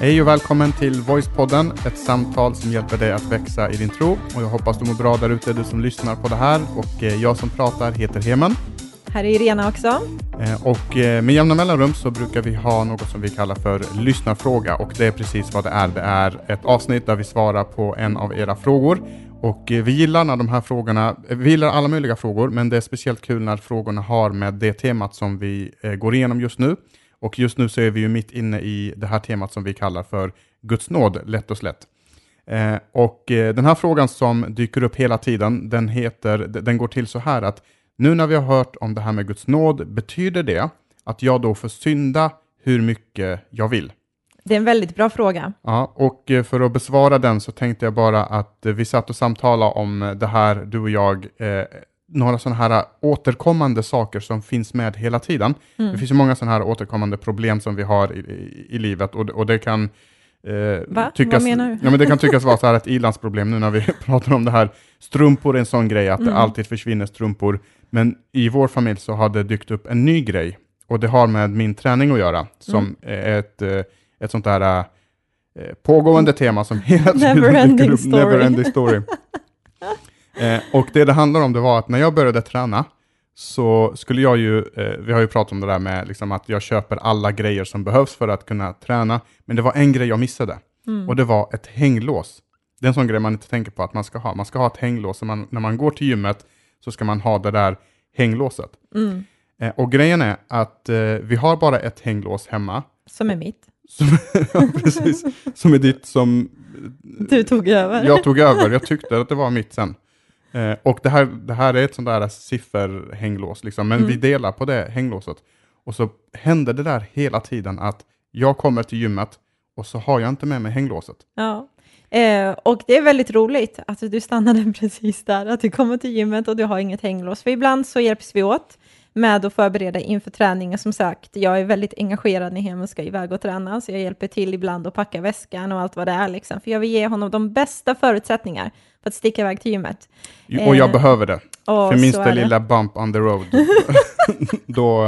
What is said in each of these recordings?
Hej och välkommen till Voicepodden, ett samtal som hjälper dig att växa i din tro. Och jag hoppas du mår bra där ute, du som lyssnar på det här. Och jag som pratar heter Heman. Här är Irena också. Och med jämna mellanrum så brukar vi ha något som vi kallar för lyssnarfråga. Och det är precis vad det är. Det är ett avsnitt där vi svarar på en av era frågor. Och vi gillar när de här frågorna, vi gillar alla möjliga frågor, men det är speciellt kul när frågorna har med det temat som vi går igenom just nu. Och just nu så är vi ju mitt inne i det här temat som vi kallar för Guds nåd, lätt och slätt. Och den här frågan som dyker upp hela tiden, den går till så här att nu när vi har hört om det här med Guds nåd, betyder det att jag då får synda hur mycket jag vill? Det är en väldigt bra fråga. Ja, och för att besvara den så tänkte jag bara att vi satt och samtalade om det här, du och jag, några sådana här återkommande saker som finns med hela tiden. Det finns ju många sådana här återkommande problem som vi har i livet och det kan tyckas, vad menar du? Ja, men det kan tyckas vara så här ett ilandsproblem nu när vi pratar om det här. Strumpor är en sån grej att det alltid försvinner strumpor. Men i vår familj så har det dykt upp en ny grej och det har med min träning att göra som är ett sånt där pågående tema som hela tiden dyker upp. Never-ending story. Och det handlar om det var att när jag började träna så skulle jag ju, vi har ju pratat om det där med liksom att jag köper alla grejer som behövs för att kunna träna. Men det var en grej jag missade och det var ett hänglås. Det är en sån grej man inte tänker på att man ska ha. Man ska ha ett hänglås. Så när man går till gymmet så ska man ha det där hänglåset. Och grejen är att vi har bara ett hänglås hemma. Som är mitt. Ja, precis. Som är ditt som du tog över. Jag tog över. Jag tyckte att det var mitt sen. Och det här är ett sånt där sifferhänglås. Liksom. Men vi delar på det hänglåset. Och så händer det där hela tiden att jag kommer till gymmet och så har jag inte med mig hänglåset. Ja. Och det är väldigt roligt att du stannade precis där. Att du kommer till gymmet och du har inget hänglås. För ibland så hjälps vi åt med att förbereda inför träningen. Som sagt, jag är väldigt engagerad när Heman ska iväg och träna. Så jag hjälper till ibland att packa väskan och allt vad det är. Liksom. För jag vill ge honom de bästa förutsättningar för att sticka iväg till gymmet. Och jag behöver det. För minsta lilla bump on the road. Då...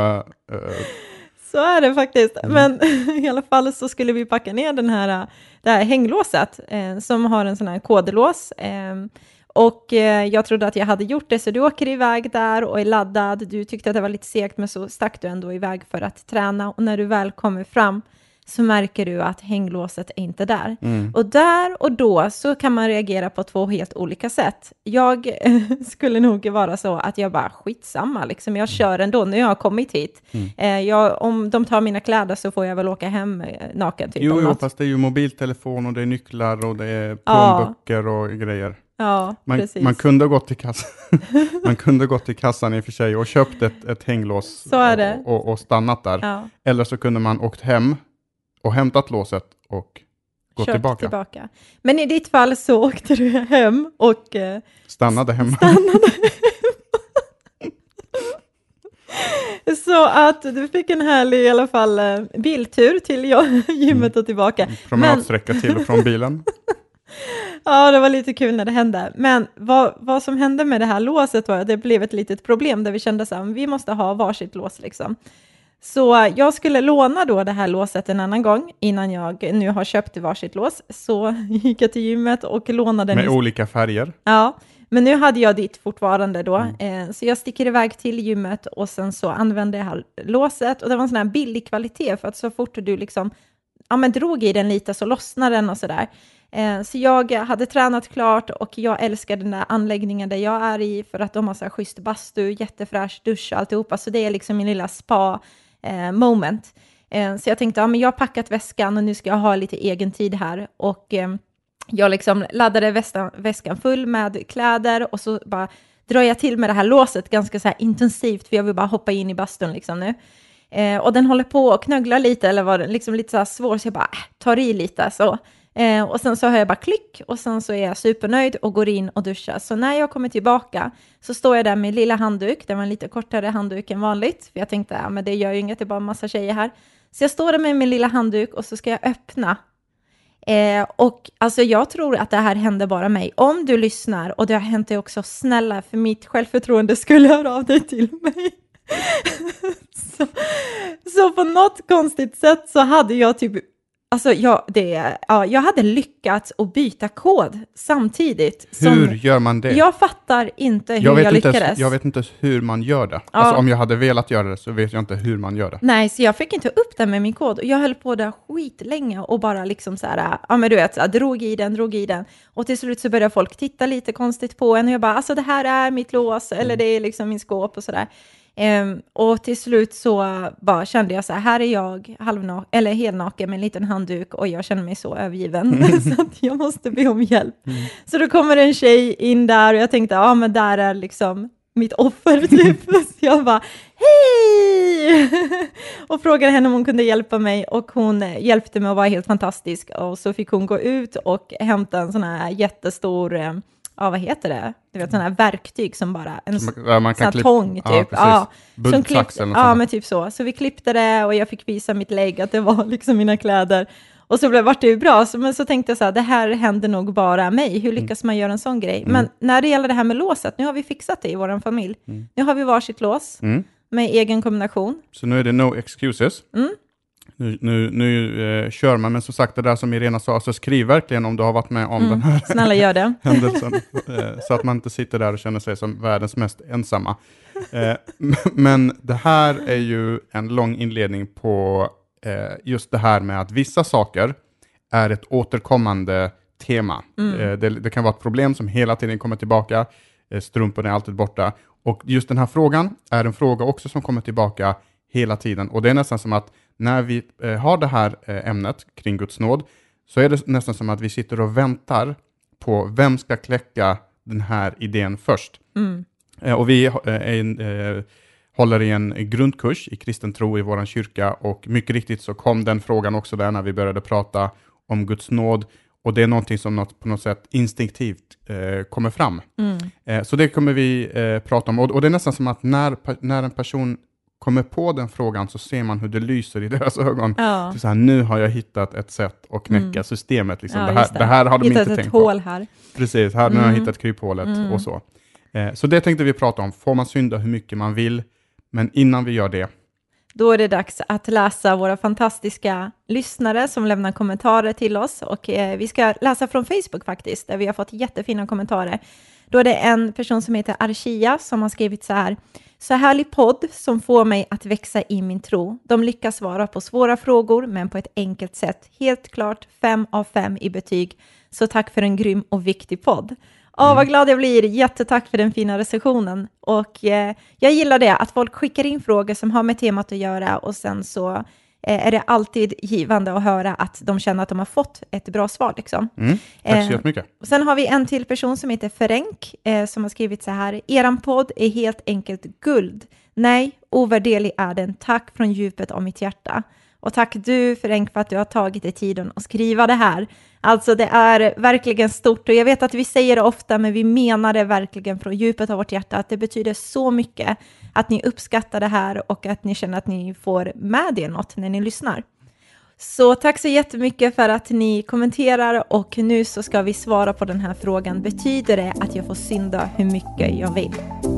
Så är det faktiskt. Men i alla fall så skulle vi packa ner det här hänglåset som har en sån här kodelås. Och jag trodde att jag hade gjort det, så du åker iväg där och är laddad. Du tyckte att det var lite segt, men så stack du ändå iväg för att träna. Och när du väl kommer fram så märker du att hänglåset är inte där. Och där och då så kan man reagera på 2 helt olika sätt. Jag skulle nog vara så att jag bara skitsamma. Liksom. Jag kör ändå när jag har kommit hit. Om de tar mina kläder så får jag väl åka hem naken. Typ, jo, fast det är ju mobiltelefon och det är nycklar och det är plånböcker och grejer. Ja, precis. Man kunde gått till kassan. Man kunde gått till kassan i och för sig och köpt ett hänglås och stannat där. Ja. Eller så kunde man åkt hem och hämtat låset och gått tillbaka. Men i ditt fall så åkte du hem och stannade hemma. Så att du fick en härlig i alla fall biltur till gymmet och tillbaka. Promenadsträcka till och från bilen. Ja, det var lite kul när det hände. Men vad som hände med det här låset var att det blev ett litet problem där vi kände så här, vi måste ha varsitt lås liksom. Så jag skulle låna då det här låset en annan gång innan jag nu har köpt varsitt lås. Så gick jag till gymmet och lånade med olika färger. Ja, men nu hade jag ditt fortfarande då. Så jag sticker iväg till gymmet och sen så använde jag här låset. Och det var en sån här billig kvalitet för att så fort du liksom drog i den lite så lossnade den och sådär. Så jag hade tränat klart och jag älskar den där anläggningen där jag är i för att de har så här schysst bastu, jättefräsch dusch och alltihopa. Så det är liksom min lilla spa moment. Så jag tänkte, men jag har packat väskan och nu ska jag ha lite egen tid här. Och jag liksom laddade väskan full med kläder och så bara drar jag till med det här låset ganska så här intensivt för jag vill bara hoppa in i bastun liksom nu. Och den håller på och knögglar lite eller var liksom lite så här svår så jag bara tar i lite så. Och sen så hör jag bara klick och sen så är jag supernöjd och går in och duschar. Så när jag kommer tillbaka så står jag där med lilla handduk. Det var en lite kortare handduk än vanligt. För jag tänkte, men det gör ju inget, det är bara en massa tjejer här. Så jag står där med min lilla handduk och så ska jag öppna. Och alltså jag tror att det här händer bara mig. Om du lyssnar, och det har hänt dig också, snälla för mitt självförtroende skulle höra av dig till mig. Så på något konstigt sätt så hade jag typ Alltså, jag hade lyckats att byta kod samtidigt. Hur gör man det? Jag fattar inte hur jag lyckades. Jag vet inte hur man gör det. Ja. Alltså, om jag hade velat göra det så vet jag inte hur man gör det. Nej, så jag fick inte upp det med min kod. Jag höll på där skitlänge och bara liksom så här, ja men du vet, så här, drog i den. Och till slut så började folk titta lite konstigt på en och jag bara, alltså det här är mitt lås eller det är liksom min skåp och sådär. Och till slut så bara kände jag så här är jag helnaken med en liten handduk och jag känner mig så övergiven så att jag måste be om hjälp. Så då kommer en tjej in där och jag tänkte, men där är liksom mitt offer typ. Så jag bara, hej! Och frågade henne om hon kunde hjälpa mig och hon hjälpte mig och var helt fantastisk. Och så fick hon gå ut och hämta en sån här jättestor... vad heter det? Du vet, sådana här verktyg som bara en sån här tång typ. Bultsax eller något ja, men typ så. Så vi klippte det och jag fick visa mitt lägg att det var liksom mina kläder. Och så vart det ju bra. Men så tänkte jag så här, det här händer nog bara mig. Hur lyckas man göra en sån grej? Men när det gäller det här med låset, nu har vi fixat det i vår familj. Nu har vi varsitt lås med egen kombination. Så nu är det no excuses. Nu kör man, men som sagt det där som Irena sa, så skriv verkligen om du har varit med om den här snälla gör det. händelsen, så att man inte sitter där och känner sig som världens mest ensamma. Men det här är ju en lång inledning på just det här med att vissa saker är ett återkommande tema. Det kan vara ett problem som hela tiden kommer tillbaka, strumpen är alltid borta, och just den här frågan är en fråga också som kommer tillbaka hela tiden, och det är nästan som att när vi har det här ämnet kring Guds nåd så är det nästan som att vi sitter och väntar på vem ska kläcka den här idén först. Och vi håller i en grundkurs i kristen tro i våran kyrka, och mycket riktigt så kom den frågan också där när vi började prata om Guds nåd, och det är någonting som på något sätt instinktivt kommer fram. Så det kommer vi prata om, och det är nästan som att när en person kommer på den frågan så ser man hur det lyser i deras ögon. Ja. Det är så här, nu har jag hittat ett sätt att knäcka systemet. Liksom. Ja, det här har de inte tänkt på. Hål här. Precis, här nu har jag hittat kryphålet och så. Så det tänkte vi prata om. Får man synda hur mycket man vill? Men innan vi gör det. Då är det dags att läsa våra fantastiska lyssnare som lämnar kommentarer till oss. Och vi ska läsa från Facebook faktiskt, där vi har fått jättefina kommentarer. Då är det en person som heter Archia som har skrivit så här. Så härlig podd som får mig att växa i min tro. De lyckas svara på svåra frågor men på ett enkelt sätt. Helt klart 5 av 5 i betyg. Så tack för en grym och viktig podd. Vad glad jag blir. Jättetack för den fina recensionen. Och jag gillar det att folk skickar in frågor som har med temat att göra. Och sen så är det alltid givande att höra att de känner att de har fått ett bra svar. Liksom. Tack så jättemycket. Sen har vi en till person som heter Ferenc som har skrivit så här. Eran podd är helt enkelt guld. Nej, ovärderlig är den. Tack från djupet av mitt hjärta. Och tack du Ferenc för att du har tagit dig tiden att skriva det här. Alltså det är verkligen stort, och jag vet att vi säger det ofta, men vi menar det verkligen från djupet av vårt hjärta, att det betyder så mycket att ni uppskattar det här och att ni känner att ni får med er något när ni lyssnar. Så tack så jättemycket för att ni kommenterar, och nu så ska vi svara på den här frågan. Betyder det att jag får synda hur mycket jag vill?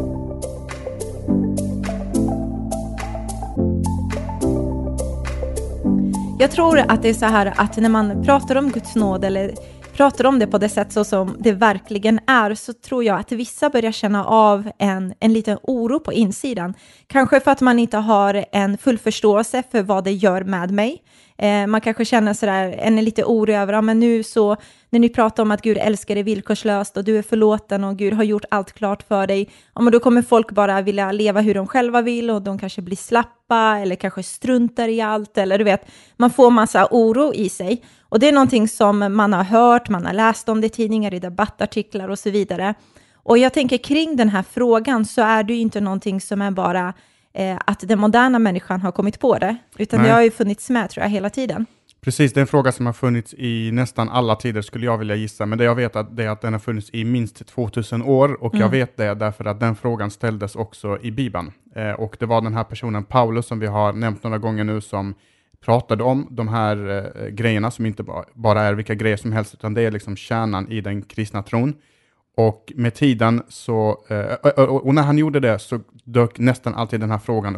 Jag tror att det är så här att när man pratar om Guds nåd eller pratar om det på det sätt så som det verkligen är, så tror jag att vissa börjar känna av en liten oro på insidan. Kanske för att man inte har en full förståelse för vad det gör med mig. Man kanske känner sådär en lite oro över, men nu så när ni pratar om att Gud älskar dig villkorslöst och du är förlåten och Gud har gjort allt klart för dig, men då kommer folk bara vilja leva hur de själva vill, och de kanske blir slappa eller kanske struntar i allt, eller du vet, man får massa oro i sig. Och det är någonting som man har hört, man har läst om det i tidningar, i debattartiklar och så vidare. Och jag tänker kring den här frågan så är det ju inte någonting som är bara att den moderna människan har kommit på det, utan det har ju funnits med, tror jag, hela tiden. Precis, det är en fråga som har funnits i nästan alla tider, skulle jag vilja gissa. Men det jag vet är att den har funnits i minst 2000 år, och jag vet det därför att den frågan ställdes också i Bibeln. Och det var den här personen Paulus som vi har nämnt några gånger nu, som pratade om de här grejerna som inte bara är vilka grejer som helst, utan det är liksom kärnan i den kristna tron. Och med tiden så, och när han gjorde det så dök nästan alltid den här frågan upp.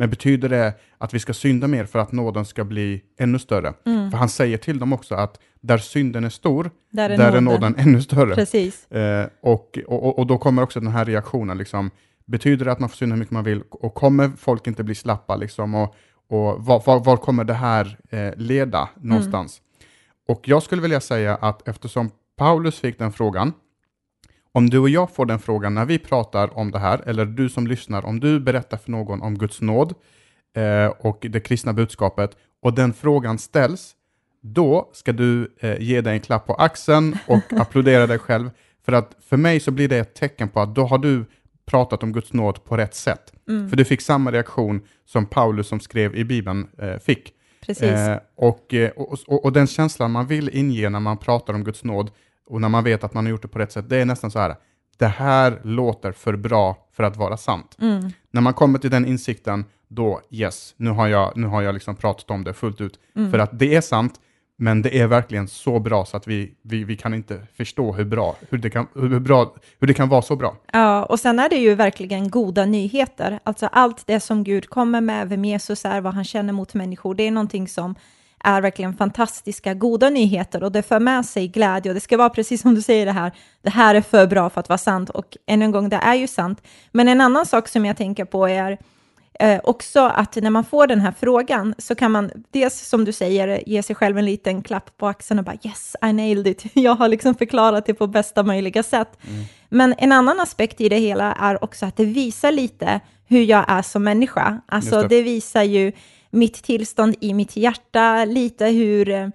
Men betyder det att vi ska synda mer för att nåden ska bli ännu större? För han säger till dem också att där synden är stor, där är nåden ännu större. Precis. Och då kommer också den här reaktionen. Liksom, betyder det att man får synda hur mycket man vill? Och kommer folk inte bli slappa? Liksom, och var kommer det här leda någonstans? Och jag skulle vilja säga att eftersom Paulus fick den frågan, om du och jag får den frågan när vi pratar om det här, eller du som lyssnar, om du berättar för någon om Guds nåd och det kristna budskapet, och den frågan ställs, då ska du ge dig en klapp på axeln och applådera dig själv. För att för mig så blir det ett tecken på att då har du pratat om Guds nåd på rätt sätt. För du fick samma reaktion som Paulus som skrev i Bibeln fick. Precis. Och den känslan man vill inge när man pratar om Guds nåd och när man vet att man har gjort det på rätt sätt, det är nästan så här: det här låter för bra för att vara sant. När man kommer till den insikten, då yes, nu har jag liksom pratat om det fullt ut. För att det är sant, men det är verkligen så bra så att vi kan inte förstå hur det kan vara så bra. Ja, och sen är det ju verkligen goda nyheter. Alltså allt det som Gud kommer med, vem Jesus är, vad han känner mot människor, det är någonting som är verkligen fantastiska, goda nyheter, och det för med sig glädje, och det ska vara precis som du säger det här är för bra för att vara sant, och än en gång, det är ju sant. Men en annan sak som jag tänker på är också att när man får den här frågan så kan man dels, som du säger, ge sig själv en liten klapp på axeln och bara yes, I nailed it. Jag har liksom förklarat det på bästa möjliga sätt. Men en annan aspekt i det hela är också att det visar lite hur jag är som människa. Alltså det visar ju mitt tillstånd i mitt hjärta, lite hur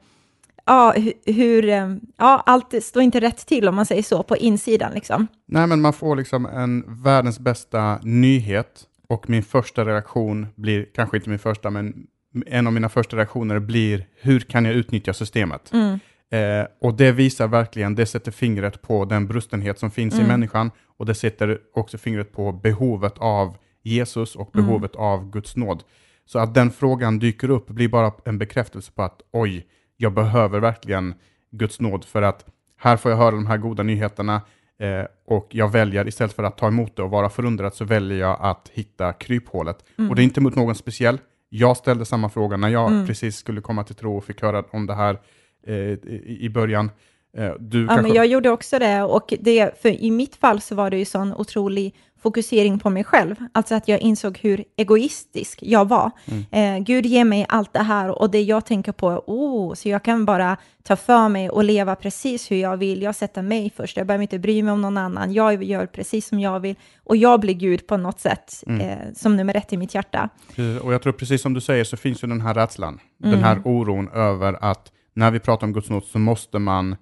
allt står inte rätt till, om man säger så, på insidan liksom. Nej, men man får liksom en världens bästa nyhet. Och min första reaktion blir, kanske inte min första, men en av mina första reaktioner blir, hur kan jag utnyttja systemet? Och det visar verkligen, det sätter fingret på den brustenhet som finns i människan, och det sätter också fingret på behovet av Jesus och behovet av Guds nåd. Så att den frågan dyker upp blir bara en bekräftelse på att oj, jag behöver verkligen Guds nåd, för att här får jag höra de här goda nyheterna. Och jag väljer, istället för att ta emot det och vara förundrad, så väljer jag att hitta kryphålet. Och det är inte mot någon speciell. Jag ställde samma fråga när jag precis skulle komma till tro och fick höra om det här i början. Men jag gjorde också det, och för i mitt fall så var det ju sån otrolig fokusering på mig själv. Alltså att jag insåg hur egoistisk jag var. Gud ger mig allt det här, och det jag tänker på, så jag kan bara ta för mig och leva precis hur jag vill. Jag sätter mig först, jag behöver inte bry mig om någon annan. Jag gör precis som jag vill, och jag blir Gud på något sätt som nummer 1 i mitt hjärta. Och jag tror precis som du säger så finns ju den här rädslan, den här oron över att när vi pratar om Guds nåd så måste man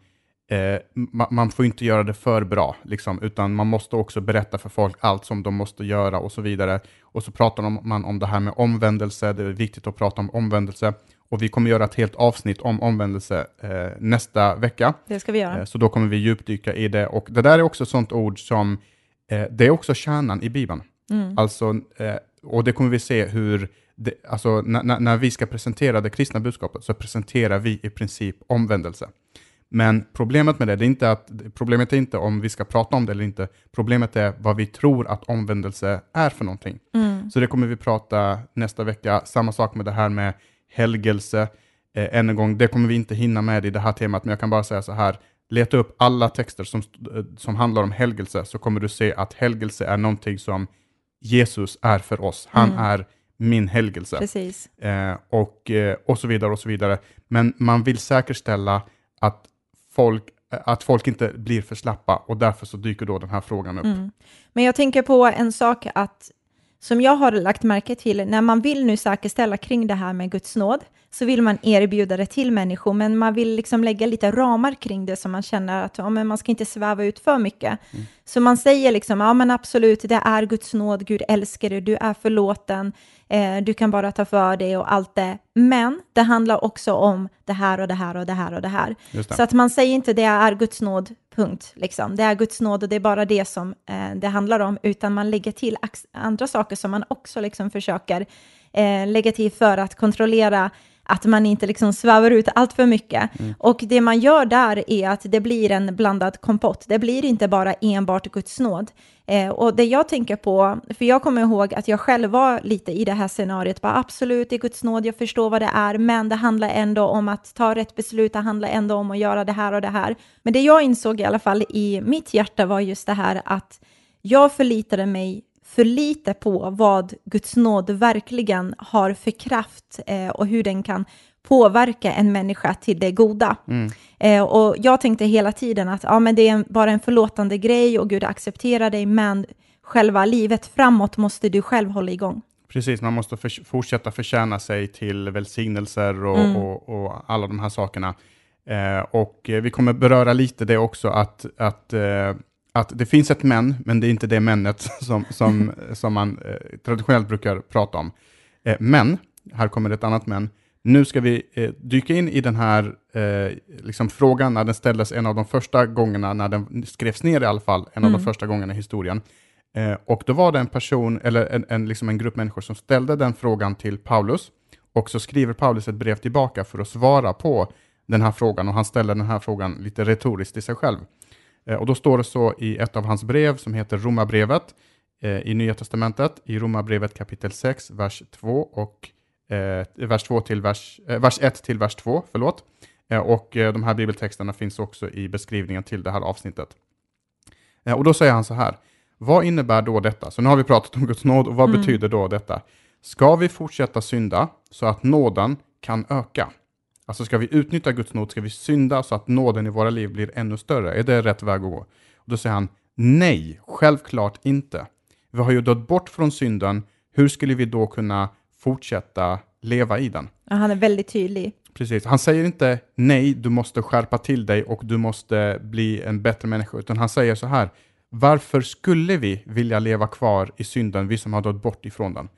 får inte göra det för bra, liksom, utan man måste också berätta för folk allt som de måste göra och så vidare. Och så pratar man om det här med omvändelse. Det är viktigt att prata om omvändelse, och vi kommer göra ett helt avsnitt om omvändelse nästa vecka. Det ska vi göra. Så då kommer vi djupdyka i det, och det där är också ett sånt ord som det är också kärnan i Bibeln. Alltså, och det kommer vi se hur alltså, när vi ska presentera det kristna budskapet, så presenterar vi i princip omvändelse. Men problemet med det är inte om vi ska prata om det eller inte. Problemet är vad vi tror att omvändelse är för någonting. Så det kommer vi prata nästa vecka. Samma sak med det här med helgelse. Än en gång, det kommer vi inte hinna med i det här temat. Men jag kan bara säga så här. Leta upp alla texter som handlar om helgelse, så kommer du se att helgelse är någonting som Jesus är för oss. Han är min helgelse. Precis. Och så vidare och så vidare. Men man vill säkerställa att folk inte blir för slappa, och därför så dyker då den här frågan upp. Men jag tänker på en sak som jag har lagt märke till, när man vill nu säkerställa kring det här med Guds nåd, så vill man erbjuda det till människor, men man vill liksom lägga lite ramar kring det, så man känner att men man ska inte sväva ut för mycket. Så man säger liksom, men absolut, det är Guds nåd, Gud älskar dig, du är förlåten, du kan bara ta för dig och allt det. Men det handlar också om det här och det här och det här och det här. Så att man säger inte det är Guds nåd, punkt. Liksom. Det är Guds nåd och det är bara det som det handlar om. Utan man lägger till andra saker som man också liksom försöker lägga till för att kontrollera att man inte liksom svävar ut allt för mycket. Och det man gör där är att det blir en blandad kompott. Det blir inte bara enbart Guds nåd. Och det jag tänker på, för jag kommer ihåg att jag själv var lite i det här scenariot, bara absolut det är Guds nåd, jag förstår vad det är, men det handlar ändå om att ta rätt beslut, det handlar ändå om att göra det här och det här. Men det jag insåg i alla fall i mitt hjärta var just det här att jag förlitade mig för lite på vad Guds nåd verkligen har för kraft och hur den kan påverka en människa till det goda. Och jag tänkte hela tiden att men det är bara en förlåtande grej och Gud accepterar dig, men själva livet framåt måste du själv hålla igång. Precis, man måste fortsätta förtjäna sig till välsignelser och alla de här sakerna. Och vi kommer beröra lite det också att det finns ett men det är inte det männet som man traditionellt brukar prata om. Men, här kommer ett annat men. Nu ska vi dyka in i den här liksom frågan när den ställdes en av de första gångerna, när den skrevs ner i alla fall, en av de första gångerna i historien. Och då var det en person, eller liksom en grupp människor som ställde den frågan till Paulus. Och så skriver Paulus ett brev tillbaka för att svara på den här frågan. Och han ställer den här frågan lite retoriskt till sig själv. Och då står det så i ett av hans brev som heter Romarbrevet i Nya Testamentet. I Romarbrevet kapitel 6, vers 2 och vers 1 till vers 2. Förlåt. Och de här bibeltexterna finns också i beskrivningen till det här avsnittet. Och då säger han så här. Vad innebär då detta? Så nu har vi pratat om Guds nåd och vad betyder då detta? Ska vi fortsätta synda så att nåden kan öka? Alltså ska vi utnyttja Guds nåd, ska vi synda så att nåden i våra liv blir ännu större? Är det rätt väg att gå? Och då säger han, nej, självklart inte. Vi har ju dött bort från synden. Hur skulle vi då kunna fortsätta leva i den? Ja, han är väldigt tydlig. Precis, han säger inte nej, du måste skärpa till dig och du måste bli en bättre människa. Utan han säger så här, varför skulle vi vilja leva kvar i synden, vi som har dött bort ifrån den?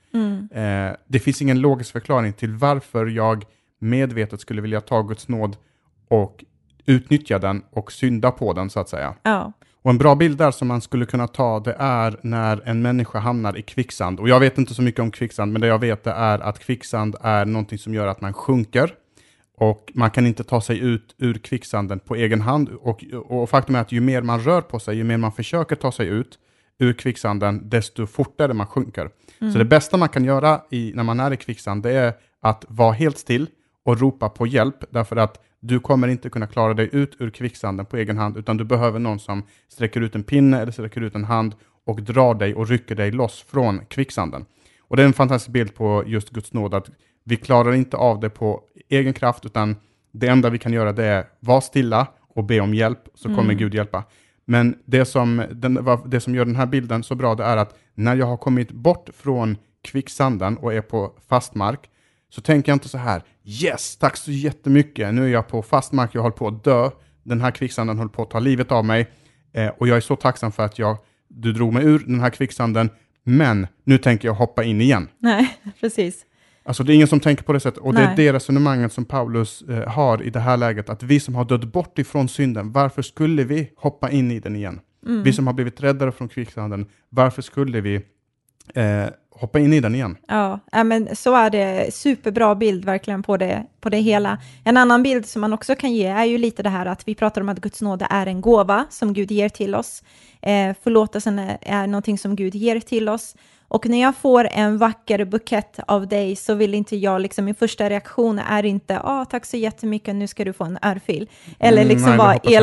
Det finns ingen logisk förklaring till varför jag medvetet skulle vilja ta Guds nåd och utnyttja den och synda på den så att säga. Ja. Och en bra bild där som man skulle kunna ta, det är när en människa hamnar i kvicksand. Och jag vet inte så mycket om kvicksand, men det jag vet är att kvicksand är någonting som gör att man sjunker. Och man kan inte ta sig ut ur kvicksanden på egen hand. Och faktum är att ju mer man rör på sig, ju mer man försöker ta sig ut ur kvicksanden, desto fortare man sjunker. Så det bästa man kan göra när man är i kvicksand, det är att vara helt still och ropa på hjälp. Därför att du kommer inte kunna klara dig ut ur kvicksanden på egen hand, utan du behöver någon som sträcker ut en pinne eller sträcker ut en hand och drar dig och rycker dig loss från kvicksanden. Och det är en fantastisk bild på just Guds nåd, att vi klarar inte av det på egen kraft, utan det enda vi kan göra det är vara stilla och be om hjälp, så kommer Gud hjälpa. Men det som gör den här bilden så bra, det är att när jag har kommit bort från kvicksanden och är på fast mark, så tänker jag inte så här, yes, tack så jättemycket, nu är jag på fast mark, jag håller på att dö, den här kvicksanden håller på att ta livet av mig, och jag är så tacksam för att du drog mig ur den här kvicksanden, men nu tänker jag hoppa in igen. Nej, precis. Alltså det är ingen som tänker på det sättet, och det är det resonemanget som Paulus har i det här läget, att vi som har dött bort ifrån synden, varför skulle vi hoppa in i den igen? Vi som har blivit räddare från kvicksanden, varför skulle vi hoppa in i den igen? Ja, men så är det, superbra bild verkligen på det hela. En annan bild som man också kan ge är ju lite det här att vi pratar om att Guds nåd är en gåva som Gud ger till oss. Förlåtelsen är någonting som Gud ger till oss. Och när jag får en vacker bukett av dig, så vill inte jag, liksom, min första reaktion är inte tack så jättemycket, nu ska du få en örfil. Eller liksom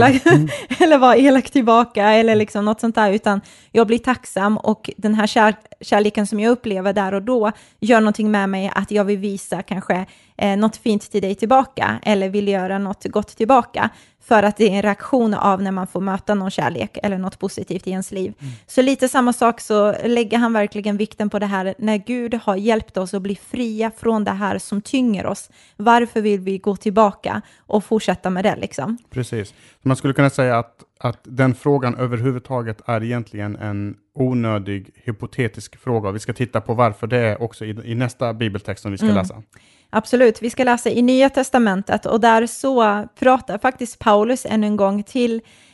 vara elak tillbaka, eller liksom något sånt där, utan jag blir tacksam, och den här kärleken som jag upplever där och då gör någonting med mig, att jag vill visa kanske något fint till dig tillbaka, eller vill göra något gott tillbaka, för att det är en reaktion av när man får möta någon kärlek eller något positivt i ens liv. Så lite samma sak, så lägger han verkligen vikten på det här, när Gud har hjälpt oss att bli fria från det här som tynger oss. Varför vill vi gå tillbaka och fortsätta med det liksom? Precis. Man skulle kunna säga att den frågan överhuvudtaget är egentligen en onödig hypotetisk fråga. Vi ska titta på varför det är också i nästa bibeltext som vi ska läsa. Absolut, vi ska läsa i Nya Testamentet, och där så pratar faktiskt Paulus ännu en gång till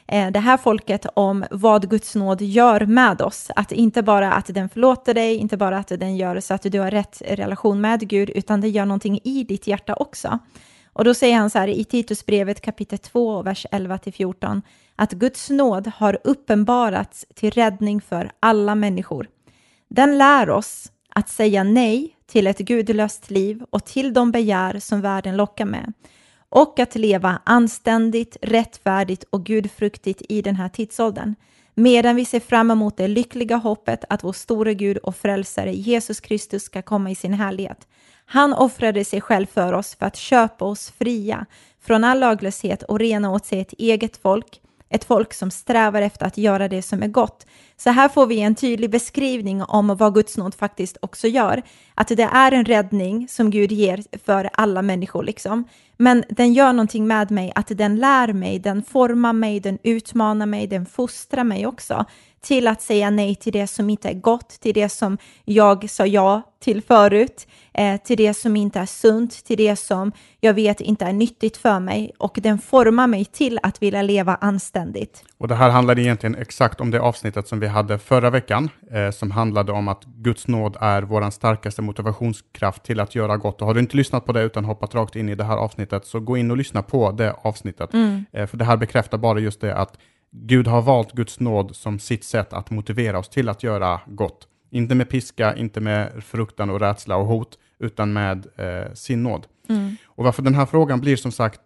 det här folket om vad Guds nåd gör med oss. Att inte bara att den förlåter dig, inte bara att den gör så att du har rätt relation med Gud, utan det gör någonting i ditt hjärta också. Och då säger han så här i Titusbrevet kapitel 2, vers 11-14, att Guds nåd har uppenbarats till räddning för alla människor. Den lär oss att säga nej till ett gudlöst liv och till de begär som världen lockar med. Och att leva anständigt, rättfärdigt och gudfruktigt i den här tidsåldern. Medan vi ser fram emot det lyckliga hoppet att vår store Gud och frälsare Jesus Kristus ska komma i sin härlighet. Han offrade sig själv för oss för att köpa oss fria från all laglöshet och rena åt sig ett eget folk. Ett folk som strävar efter att göra det som är gott. Så här får vi en tydlig beskrivning om vad Guds nåd faktiskt också gör. Att det är en räddning som Gud ger för alla människor liksom. Men den gör någonting med mig, att den lär mig, den formar mig, den utmanar mig, den fostrar mig också. Till att säga nej till det som inte är gott, till det som jag sa ja till förut, till det som inte är sunt, till det som jag vet inte är nyttigt för mig. Och den formar mig till att vilja leva anständigt. Och det här handlar egentligen exakt om det avsnittet som vi hade förra veckan, som handlade om att Guds nåd är vår starkaste motivationskraft till att göra gott. Och har du inte lyssnat på det utan hoppat rakt in i det här avsnittet, så gå in och lyssna på det avsnittet. För det här bekräftar bara just det att Gud har valt Guds nåd som sitt sätt att motivera oss till att göra gott. Inte med piska, inte med fruktan och rädsla och hot, utan med sin nåd. Och varför den här frågan blir som sagt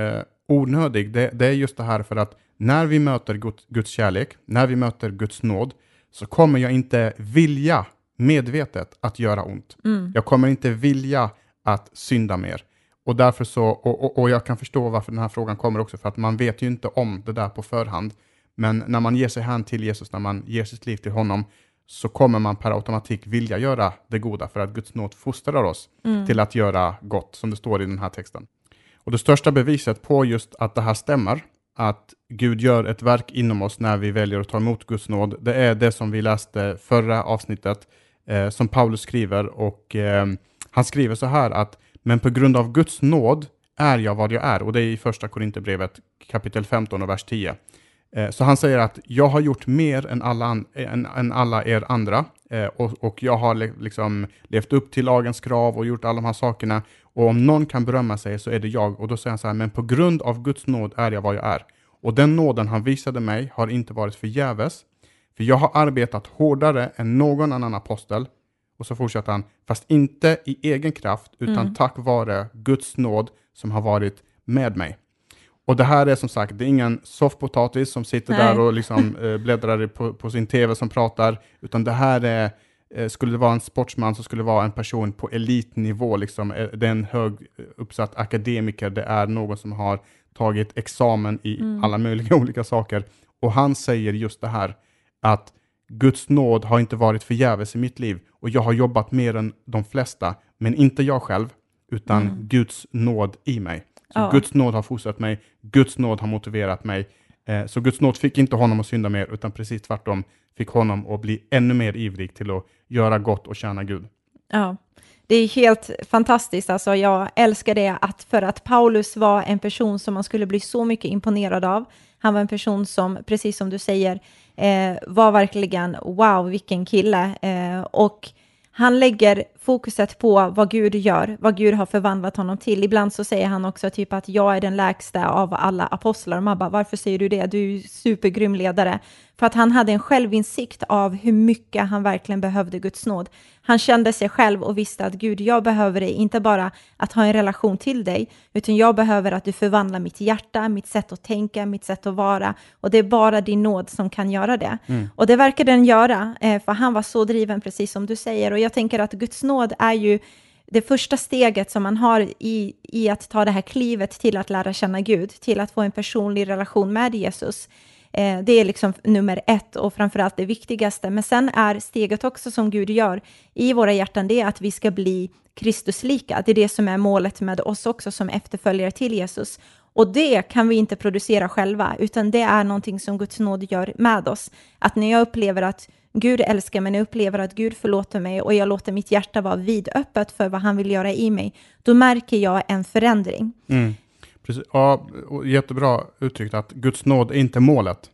onödig, det är just det här för att när vi möter Guds kärlek, när vi möter Guds nåd, så kommer jag inte vilja medvetet att göra ont. Jag kommer inte vilja att synda mer. Och därför så, och jag kan förstå varför den här frågan kommer också, för att man vet ju inte om det där på förhand. Men när man ger sig hän till Jesus, när man ger sitt liv till honom, så kommer man per automatik vilja göra det goda, för att Guds nåd fostrar oss till att göra gott, som det står i den här texten. Och det största beviset på just att det här stämmer, att Gud gör ett verk inom oss när vi väljer att ta emot Guds nåd, det är det som vi läste förra avsnittet, som Paulus skriver. Och han skriver så här att men på grund av Guds nåd är jag vad jag är. Och det är i första Korinthierbrevet kapitel 15 och vers 10. Så han säger att jag har gjort mer än alla er andra. Och jag har liksom levt upp till lagens krav och gjort alla de här sakerna. Och om någon kan berömma sig så är det jag. Och då säger han så här, men på grund av Guds nåd är jag vad jag är. Och den nåden han visade mig har inte varit förgäves. För jag har arbetat hårdare än någon annan apostel. Och så fortsätter han, fast inte i egen kraft utan tack vare Guds nåd som har varit med mig. Och det här är som sagt, det är ingen soffpotatis som sitter där och liksom bläddrar på sin tv som pratar, utan det här är, skulle det vara en sportsman så skulle det vara en person på elitnivå. Liksom. Det är en hög uppsatt akademiker, det är någon som har tagit examen i alla möjliga olika saker. Och han säger just det här, att Guds nåd har inte varit förgäves i mitt liv. Och jag har jobbat mer än de flesta. Men inte jag själv. Utan Guds nåd i mig. Så Guds nåd har fostrat mig. Guds nåd har motiverat mig. Så Guds nåd fick inte honom att synda mer. Utan precis tvärtom fick honom att bli ännu mer ivrig till att göra gott och tjäna Gud. Ja, det är helt fantastiskt. Alltså, jag älskar det för att Paulus var en person som man skulle bli så mycket imponerad av. Han var en person som, precis som du säger, var verkligen wow, vilken kille. Och han lägger fokuset på vad Gud gör, vad Gud har förvandlat honom till. Ibland så säger han också typ att jag är den lägsta av alla apostlar. Och man bara, varför säger du det? Du är ju supergrym ledare. För att han hade en självinsikt av hur mycket han verkligen behövde Guds nåd. Han kände sig själv och visste att Gud, jag behöver dig, inte bara att ha en relation till dig, utan jag behöver att du förvandlar mitt hjärta, mitt sätt att tänka, mitt sätt att vara. Och det är bara din nåd som kan göra det. Och det verkar den göra, för han var så driven, precis som du säger. Och jag tänker att Guds nåd är ju det första steget som man har i att ta det här klivet till att lära känna Gud, till att få en personlig relation med Jesus. Det är liksom nummer 1 och framförallt det viktigaste. Men sen är steget också som Gud gör i våra hjärtan, det är att vi ska bli Kristuslika. Det är det som är målet med oss också som efterföljare till Jesus. Och det kan vi inte producera själva, utan det är någonting som Guds nåd gör med oss. Att när jag upplever att Gud älskar mig, när jag upplever att Gud förlåter mig och jag låter mitt hjärta vara vidöppet för vad han vill göra i mig, då märker jag en förändring. Precis. Ja, och jättebra uttryckt att Guds nåd är inte målet.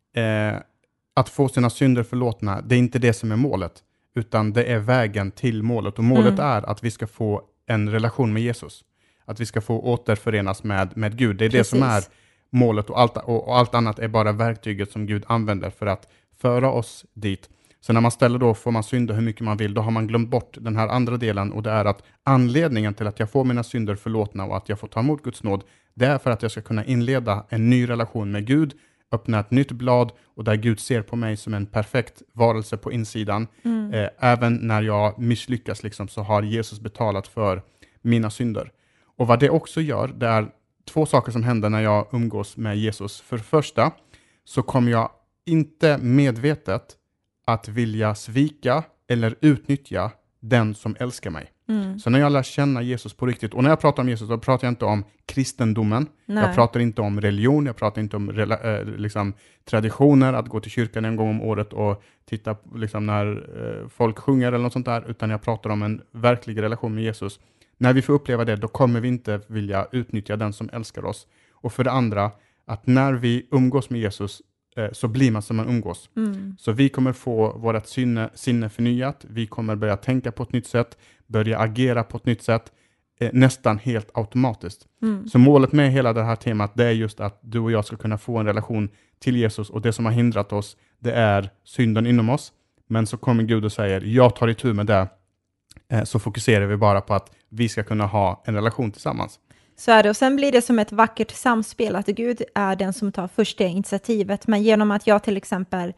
Att få sina synder förlåtna, det är inte det som är målet, utan det är vägen till målet. Och målet är att vi ska få en relation med Jesus. Att vi ska få återförenas med Gud. Det är det som är målet, och allt annat är bara verktyget som Gud använder för att föra oss dit. Så när man ställer då, får man synda hur mycket man vill, då har man glömt bort den här andra delen, och det är att anledningen till att jag får mina synder förlåtna och att jag får ta emot Guds nåd, det är för att jag ska kunna inleda en ny relation med Gud, öppna ett nytt blad, och där Gud ser på mig som en perfekt varelse på insidan. Även när jag misslyckas liksom, så har Jesus betalat för mina synder. Och vad det också gör, det är 2 saker som händer när jag umgås med Jesus. För det första så kommer jag inte medvetet att vilja svika eller utnyttja den som älskar mig. Så när jag lär känna Jesus på riktigt, och när jag pratar om Jesus, då pratar jag inte om kristendomen. Nej. Jag pratar inte om religion, jag pratar inte om liksom, traditioner, att gå till kyrkan en gång om året och titta liksom, när folk sjunger eller något sånt där, utan jag pratar om en verklig relation med Jesus. När vi får uppleva det, då kommer vi inte vilja utnyttja den som älskar oss. Och för det andra, att när vi umgås med Jesus så blir man som man umgås. Så vi kommer få vårt sinne förnyat, vi kommer börja tänka på ett nytt sätt, börja agera på ett nytt sätt, nästan helt automatiskt. Så målet med hela det här temat, det är just att du och jag ska kunna få en relation till Jesus, och det som har hindrat oss, det är synden inom oss. Men så kommer Gud och säger, jag tar itu med det, så fokuserar vi bara på att vi ska kunna ha en relation tillsammans. Så är det, och sen blir det som ett vackert samspel, att Gud är den som tar första initiativet. Men genom att jag till exempel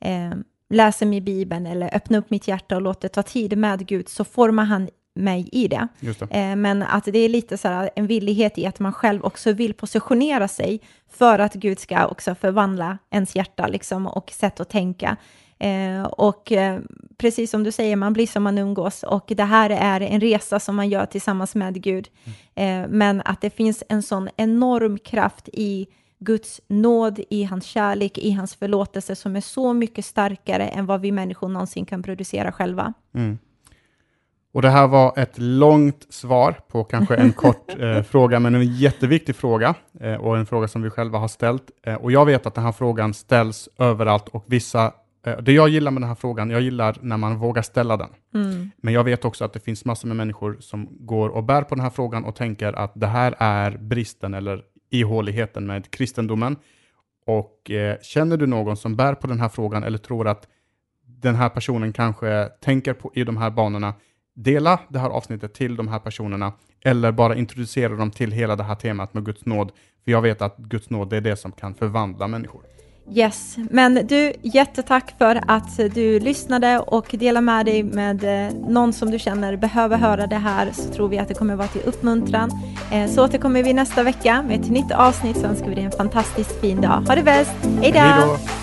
läser min Bibeln eller öppnar upp mitt hjärta och låter ta tid med Gud, så formar han mig i det. Just det. Men att det är lite så här, en villighet i att man själv också vill positionera sig för att Gud ska också förvandla ens hjärta liksom, och sätt att tänka. Precis som du säger, man blir som man umgås, och det här är en resa som man gör tillsammans med Gud. Men att det finns en sån enorm kraft i Guds nåd, i hans kärlek, i hans förlåtelse, som är så mycket starkare än vad vi människor någonsin kan producera själva. Och det här var ett långt svar på kanske en kort fråga, men en jätteviktig fråga, och en fråga som vi själva har ställt. Och jag vet att den här frågan ställs överallt, och det jag gillar med den här frågan, jag gillar när man vågar ställa den. Men jag vet också att det finns massor med människor som går och bär på den här frågan och tänker att det här är bristen eller ihåligheten med kristendomen. Och känner du någon som bär på den här frågan, eller tror att den här personen kanske tänker på i de här banorna, dela det här avsnittet till de här personerna, eller bara introducera dem till hela det här temat med Guds nåd. För jag vet att Guds nåd, det är det som kan förvandla människor. Yes, men du, jättetack för att du lyssnade och delade med dig med någon som du känner behöver höra det här, så tror vi att det kommer vara till uppmuntran. Så återkommer vi nästa vecka med ett nytt avsnitt, så önskar vi dig en fantastiskt fin dag. Ha det bäst, hej då!